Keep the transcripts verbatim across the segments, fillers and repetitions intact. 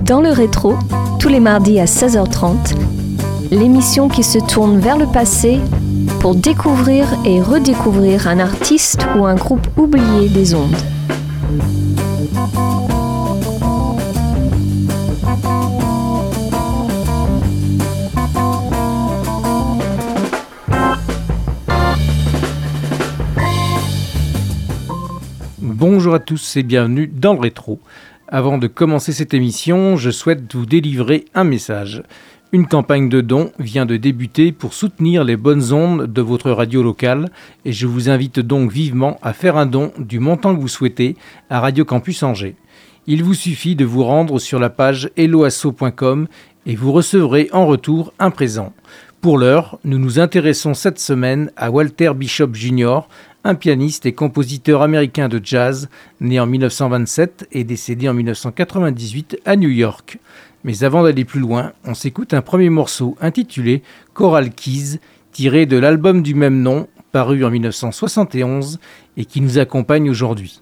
Dans le rétro, tous les mardis à seize heures trente, l'émission qui se tourne vers le passé pour découvrir et redécouvrir un artiste ou un groupe oublié des ondes. Bonjour à tous et bienvenue dans le rétro. Avant de commencer cette émission, je souhaite vous délivrer un message. Une campagne de dons vient de débuter pour soutenir les bonnes ondes de votre radio locale et je vous invite donc vivement à faire un don du montant que vous souhaitez à Radio Campus Angers. Il vous suffit de vous rendre sur la page hello asso point com et vous recevrez en retour un présent. Pour l'heure, nous nous intéressons cette semaine à Walter Bishop junior, un pianiste et compositeur américain de jazz, né en dix-neuf cent vingt-sept et décédé en dix-neuf cent quatre-vingt-dix-huit à New York. Mais avant d'aller plus loin, on s'écoute un premier morceau intitulé Choral Keys, tiré de l'album du même nom, paru en dix-neuf cent soixante et onze et qui nous accompagne aujourd'hui.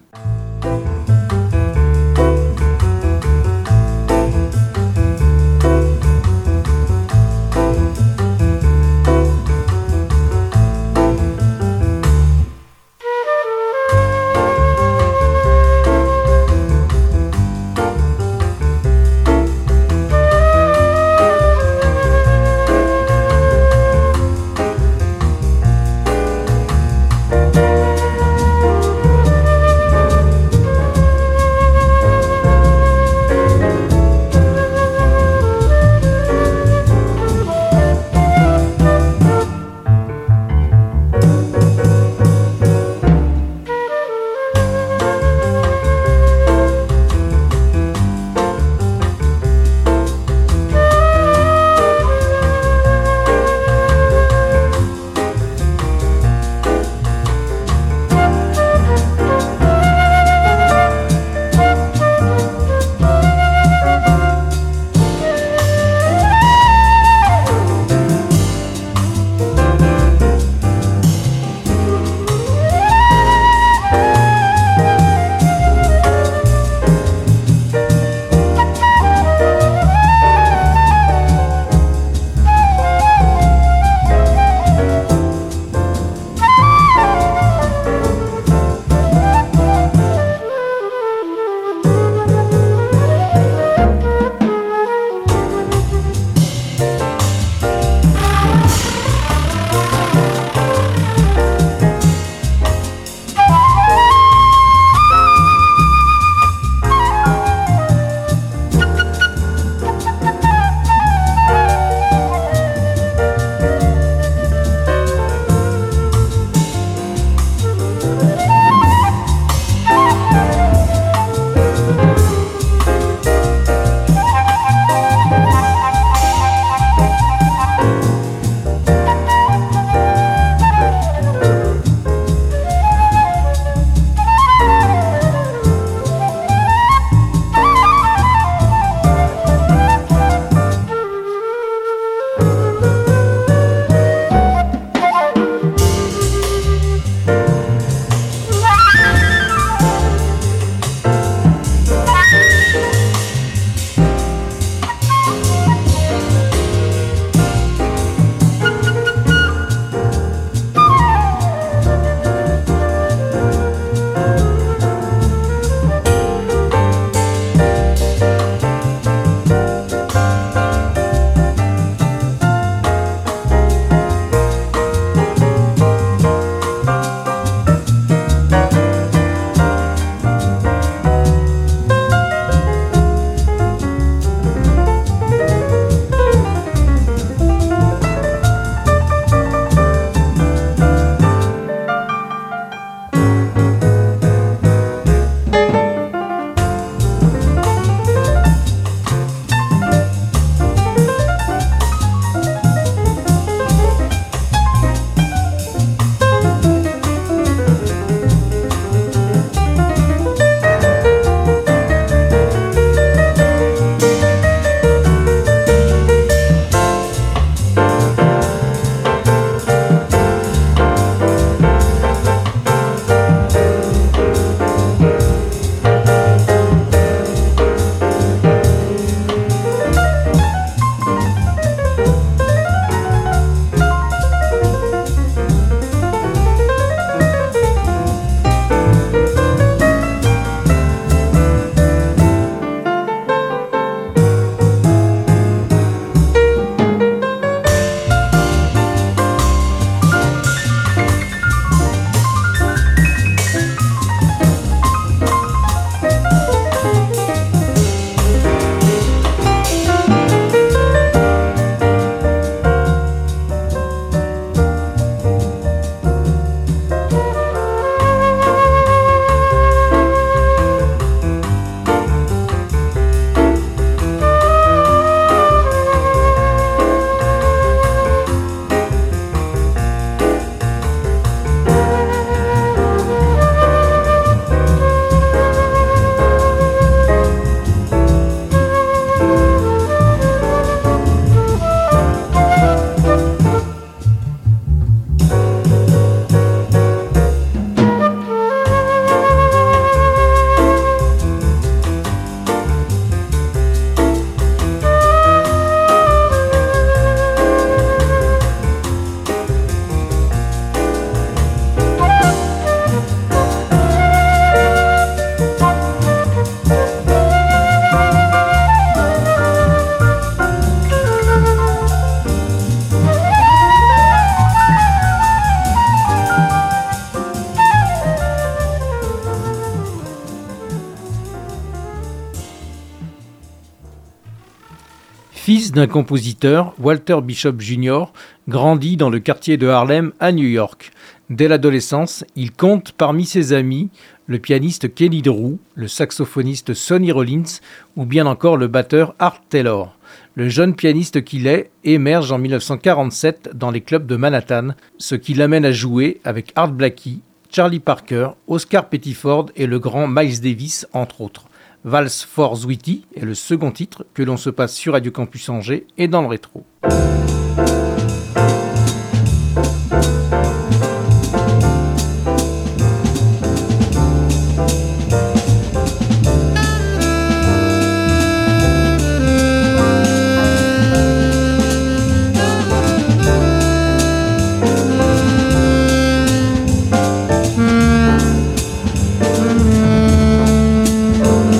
Fils d'un compositeur, Walter Bishop junior grandit dans le quartier de Harlem à New York. Dès l'adolescence, il compte parmi ses amis le pianiste Kenny Drew, le saxophoniste Sonny Rollins ou bien encore le batteur Art Taylor. Le jeune pianiste qu'il est émerge en dix-neuf cent quarante-sept dans les clubs de Manhattan, ce qui l'amène à jouer avec Art Blakey, Charlie Parker, Oscar Pettiford et le grand Miles Davis entre autres. Valse for Sweetie est le second titre que l'on se passe sur Radio Campus Angers et dans le rétro.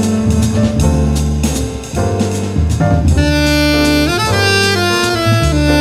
Thank you.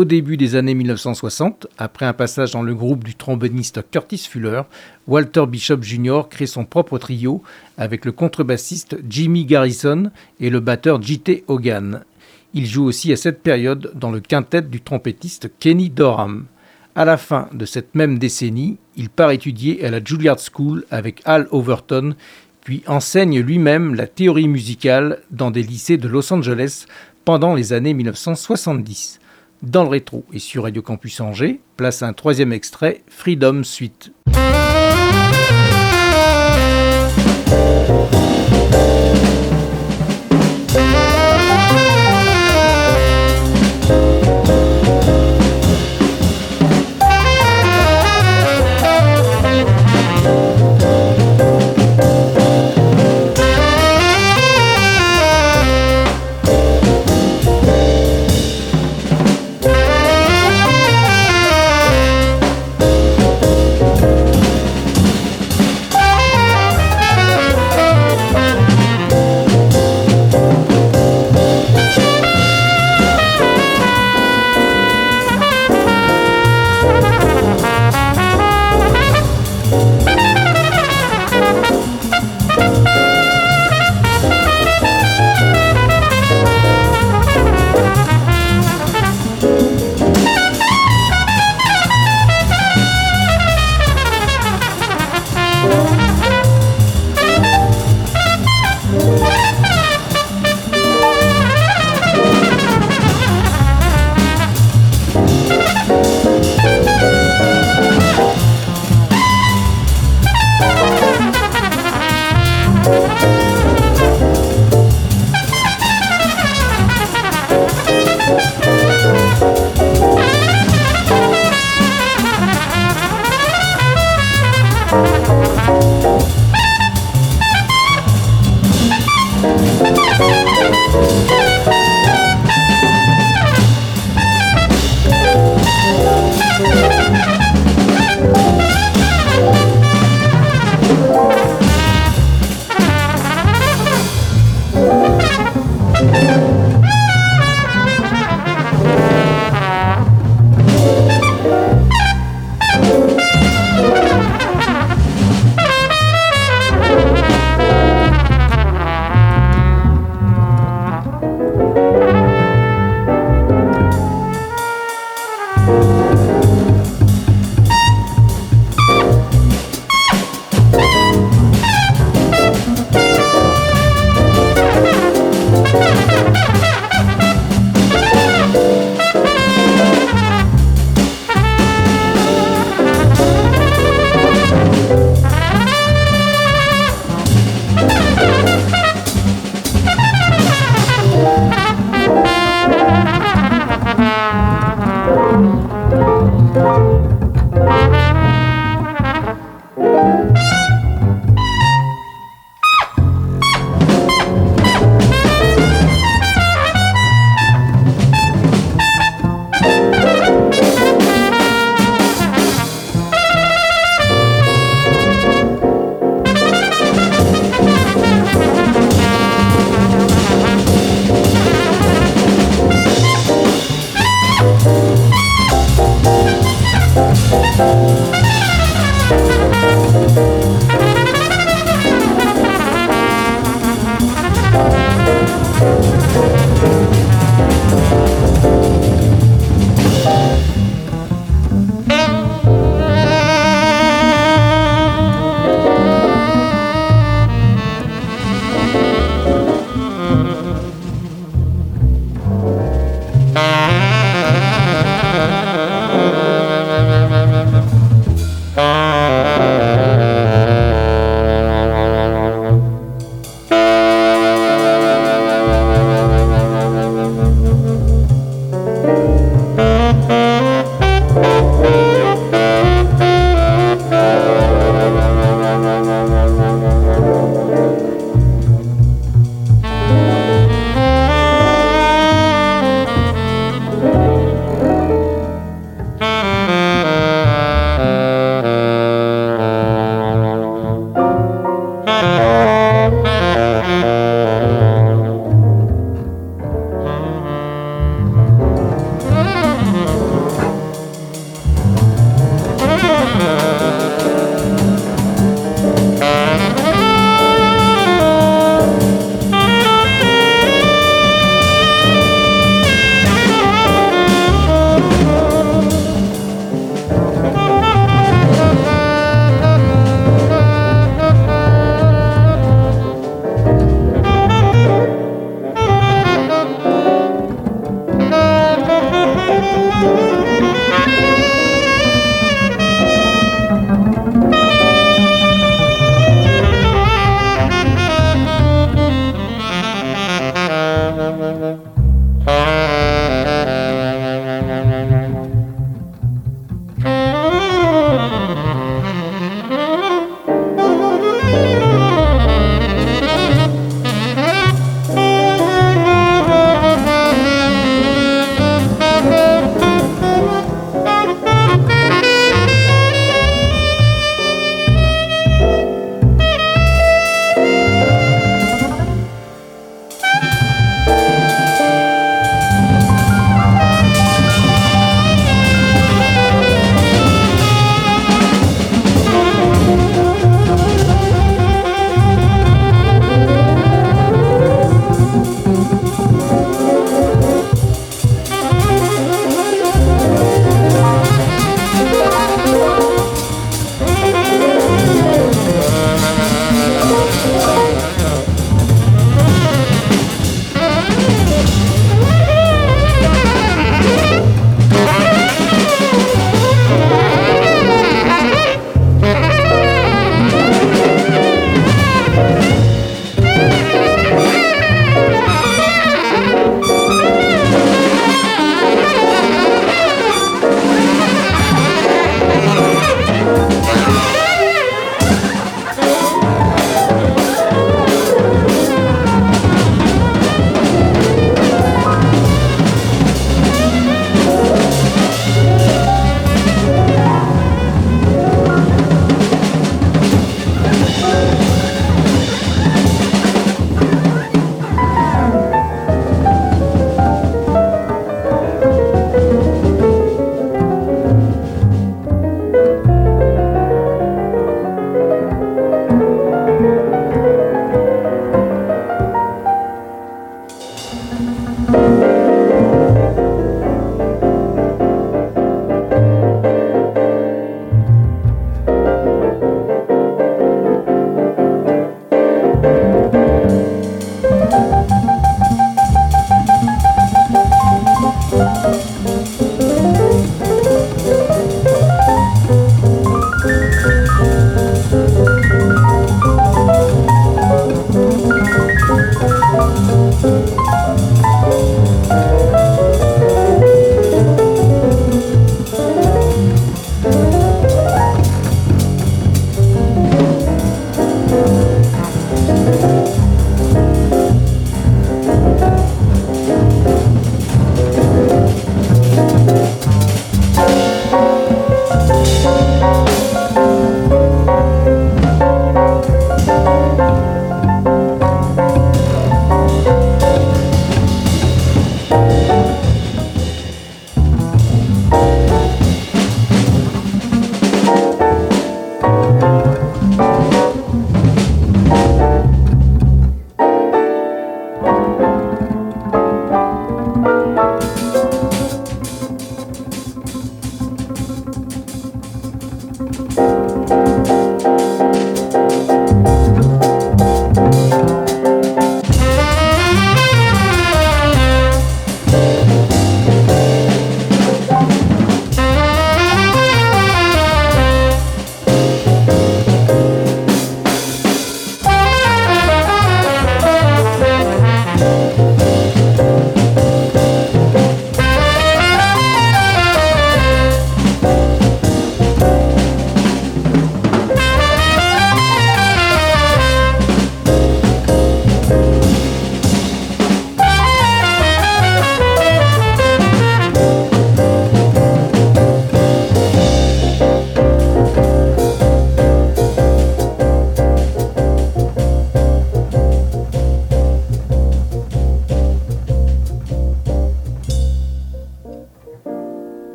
Au début des années mille neuf cent soixante, après un passage dans le groupe du tromboniste Curtis Fuller, Walter Bishop junior crée son propre trio avec le contrebassiste Jimmy Garrison et le batteur J T Hogan. Il joue aussi à cette période dans le quintet du trompettiste Kenny Dorham. À la fin de cette même décennie, il part étudier à la Juilliard School avec Al Overton, puis enseigne lui-même la théorie musicale dans des lycées de Los Angeles pendant les années mille neuf cent soixante-dix. Dans le rétro et sur Radio Campus Angers, place un troisième extrait, Freedom Suite.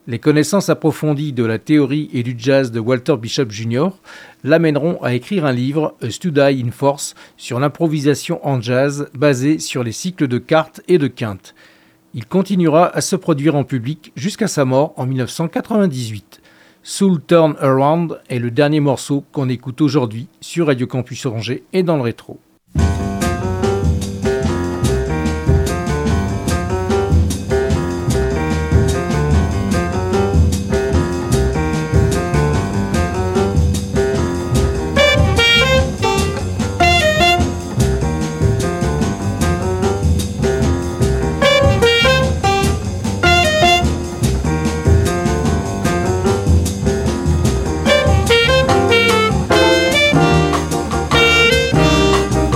Les connaissances approfondies de la théorie et du jazz de Walter Bishop junior l'amèneront à écrire un livre, A Study in Force, sur l'improvisation en jazz basé sur les cycles de Carte et de Quinte. Il continuera à se produire en public jusqu'à sa mort en dix-neuf cent quatre-vingt-dix-huit. Soul Turn Around est le dernier morceau qu'on écoute aujourd'hui sur Radio Campus Angers et dans le rétro. Thank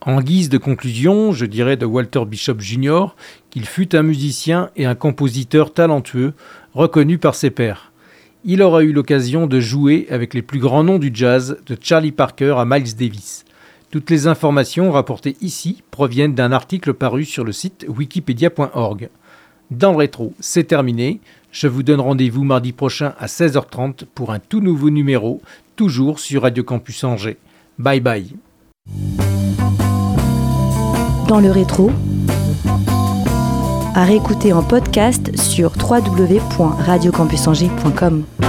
En guise de conclusion, je dirais de Walter Bishop junior qu'il fut un musicien et un compositeur talentueux, reconnu par ses pairs. Il aura eu l'occasion de jouer avec les plus grands noms du jazz, de Charlie Parker à Miles Davis. Toutes les informations rapportées ici proviennent d'un article paru sur le site wikipedia point org. Dans le rétro, c'est terminé. Je vous donne rendez-vous mardi prochain à seize heures trente pour un tout nouveau numéro, toujours sur Radio Campus Angers. Bye bye. Dans le rétro, à réécouter en podcast sur w w w point radio campus angers point com.